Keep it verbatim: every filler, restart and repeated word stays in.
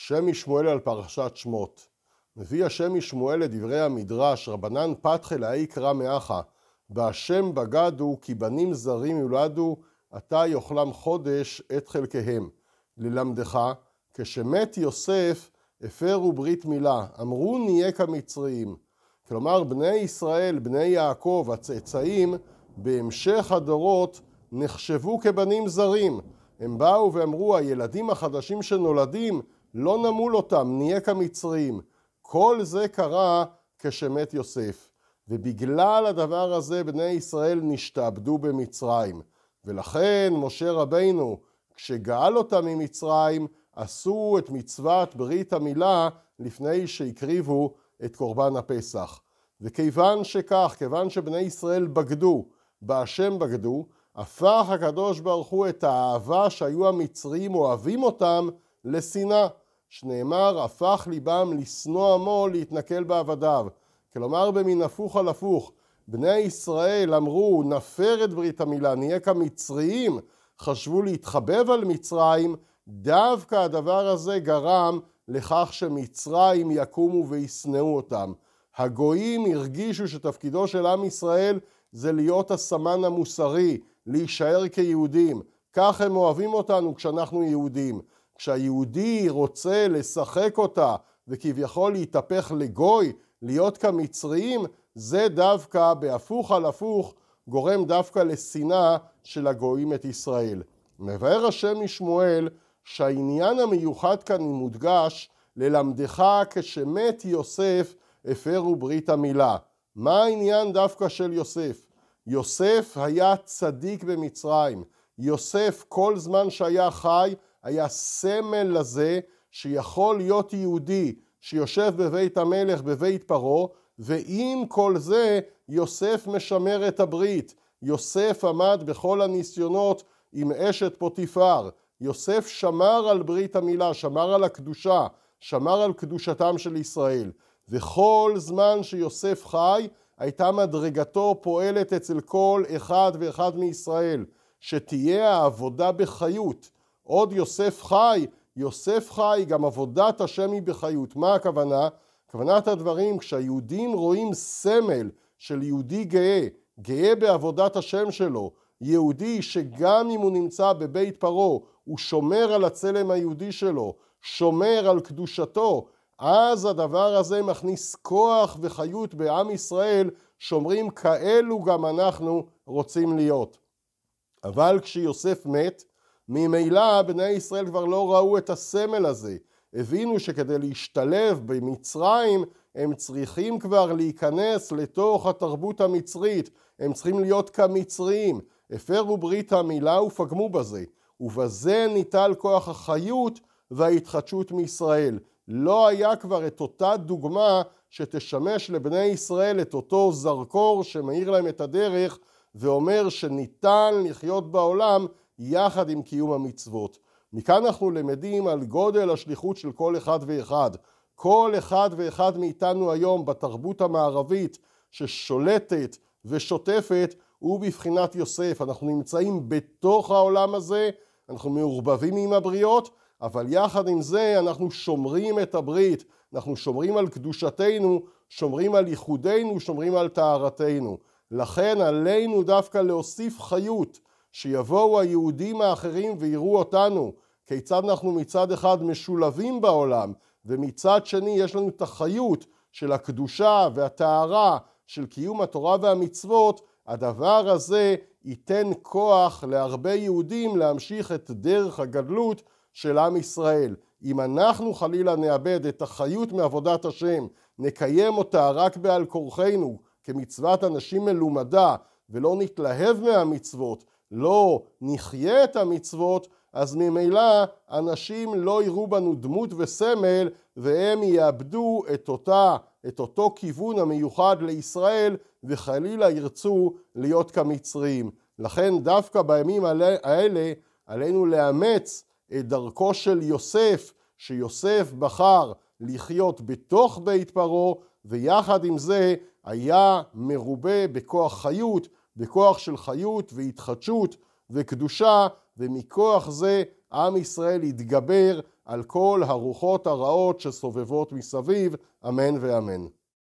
שם משמואל על פרשת שמות. מביא השם משמואל לדברי המדרש, רבנן פתחי לאי קרא מאחה, בהשם בגדו כי בנים זרים יולדו, עתה יאכלם חודש את חלקיהם. ללמדך, כשמת יוסף הפרו ברית מילה, אמרו נהיה כמצריים. כלומר בני ישראל, בני יעקב, הצאצאים, בהמשך הדורות נחשבו כבנים זרים. הם באו ואמרו, הילדים החדשים שנולדים, לא נמול אותם, נהיה כמצרים. כל זה קרה כשמת יוסף. ובגלל הדבר הזה בני ישראל נשתעבדו במצרים. ולכן משה רבינו, כשגאל אותם ממצרים, עשו את מצוות ברית המילה לפני שהקריבו את קורבן הפסח. וכיוון שכך, כיוון שבני ישראל בגדו, בהשם בגדו, הפך הקדוש ברוך הוא את האהבה שהיו המצרים אוהבים אותם לשנאה. שנאמר, הפך ליבם לשנוא עמו להתנכל בעבדיו. כלומר, במין הפוך על הפוך, בני ישראל אמרו, נפר את ברית המילה, נהיה כמצריים, חשבו להתחבב על מצרים, דווקא הדבר הזה גרם לכך שמצרים יקומו וישנאו אותם. הגויים הרגישו שתפקידו של עם ישראל זה להיות הסמן המוסרי, להישאר כיהודים. כך הם אוהבים אותנו כשאנחנו יהודים. כשהיהודי רוצה לשחק אותה וכביכול להתהפך לגוי, להיות כמצריים, זה דווקא בהפוך על הפוך גורם דווקא לשנאה של הגויים את ישראל. מבאר השם משמואל שהעניין המיוחד כאן מודגש, ללמדך כשמת יוסף הפרו ברית המילה. מה העניין דווקא של יוסף? יוסף היה צדיק במצרים. יוסף כל זמן שהיה חי היה סמל לזה שיכול להיות יהודי שיושב בבית המלך בבית פרעה, ועם כל זה יוסף משמר את הברית. יוסף עמד בכל הניסיונות עם אשת פוטיפר. יוסף שמר על ברית המילה, שמר על הקדושה, שמר על קדושתם של ישראל. וכל זמן שיוסף חי הייתה מדרגתו פועלת אצל כל אחד ואחד מישראל, שתהיה העבודה בחיות. עוד יוסף חי, יוסף חי, גם עבודת השם היא בחיות. מה הכוונה? כוונת הדברים, כשהיהודים רואים סמל של יהודי גאה, גאה בעבודת השם שלו, יהודי שגם אם הוא נמצא בבית פרעה, הוא שומר על הצלם היהודי שלו, שומר על קדושתו, אז הדבר הזה מכניס כוח וחיות בעם ישראל, שומרים כאלו גם אנחנו רוצים להיות. אבל כשיוסף מת, ממילא בני ישראל כבר לא ראו את הסמל הזה. הבינו שכדי להשתלב במצרים הם צריכים כבר להיכנס לתוך התרבות המצרית. הם צריכים להיות כמצרים. הפרו ברית המילה ופגמו בזה. ובזה ניטל כוח החיות וההתחדשות מישראל. לא היה כבר את אותה דוגמה שתשמש לבני ישראל, את אותו זרקור שמאיר להם את הדרך ואומר שניתן לחיות בעולם יחד עם קיום המצוות. מכאן אנחנו למדים על גודל השליחות של כל אחד ואחד. כל אחד ואחד מאיתנו היום בתרבות המערבית ששולטת ושוטפת הוא בבחינת יוסף. אנחנו נמצאים בתוך העולם הזה, אנחנו מעורבבים עם הבריות, אבל יחד עם זה אנחנו שומרים את הברית, אנחנו שומרים על קדושתנו, שומרים על ייחודנו, שומרים על טהרתנו. לכן עלינו דווקא להוסיף חיות, שיבואו היהודים האחרים ויראו אותנו, כיצד אנחנו מצד אחד משולבים בעולם, ומצד שני יש לנו את החיות של הקדושה והטהרה של קיום התורה והמצוות. הדבר הזה ייתן כוח להרבה יהודים להמשיך את דרך הגדלות של עם ישראל. אם אנחנו חלילה נאבד את החיות מעבודת השם, נקיים אותה רק בעל כורחנו, כמצוות אנשים מלומדה, ולא נתלהב מהמצוות, לא נחיה את המצוות, אז ממילא אנשים לא יראו בנו דמות וסמל, והם יאבדו את אותה, את אותו כיוון המיוחד לישראל, וחלילה ירצו להיות כמצרים. לכן דווקא בימים האלה עלינו לאמץ את דרכו של יוסף, שיוסף בחר לחיות בתוך בית פרעה, ויחד עם זה היה מרובה בכוח חיות, בכוח של חיות והתחדשות וקדושה, ומכוח זה עם ישראל יתגבר על כל הרוחות הרעות שסובבות מסביב, אמן ואמן.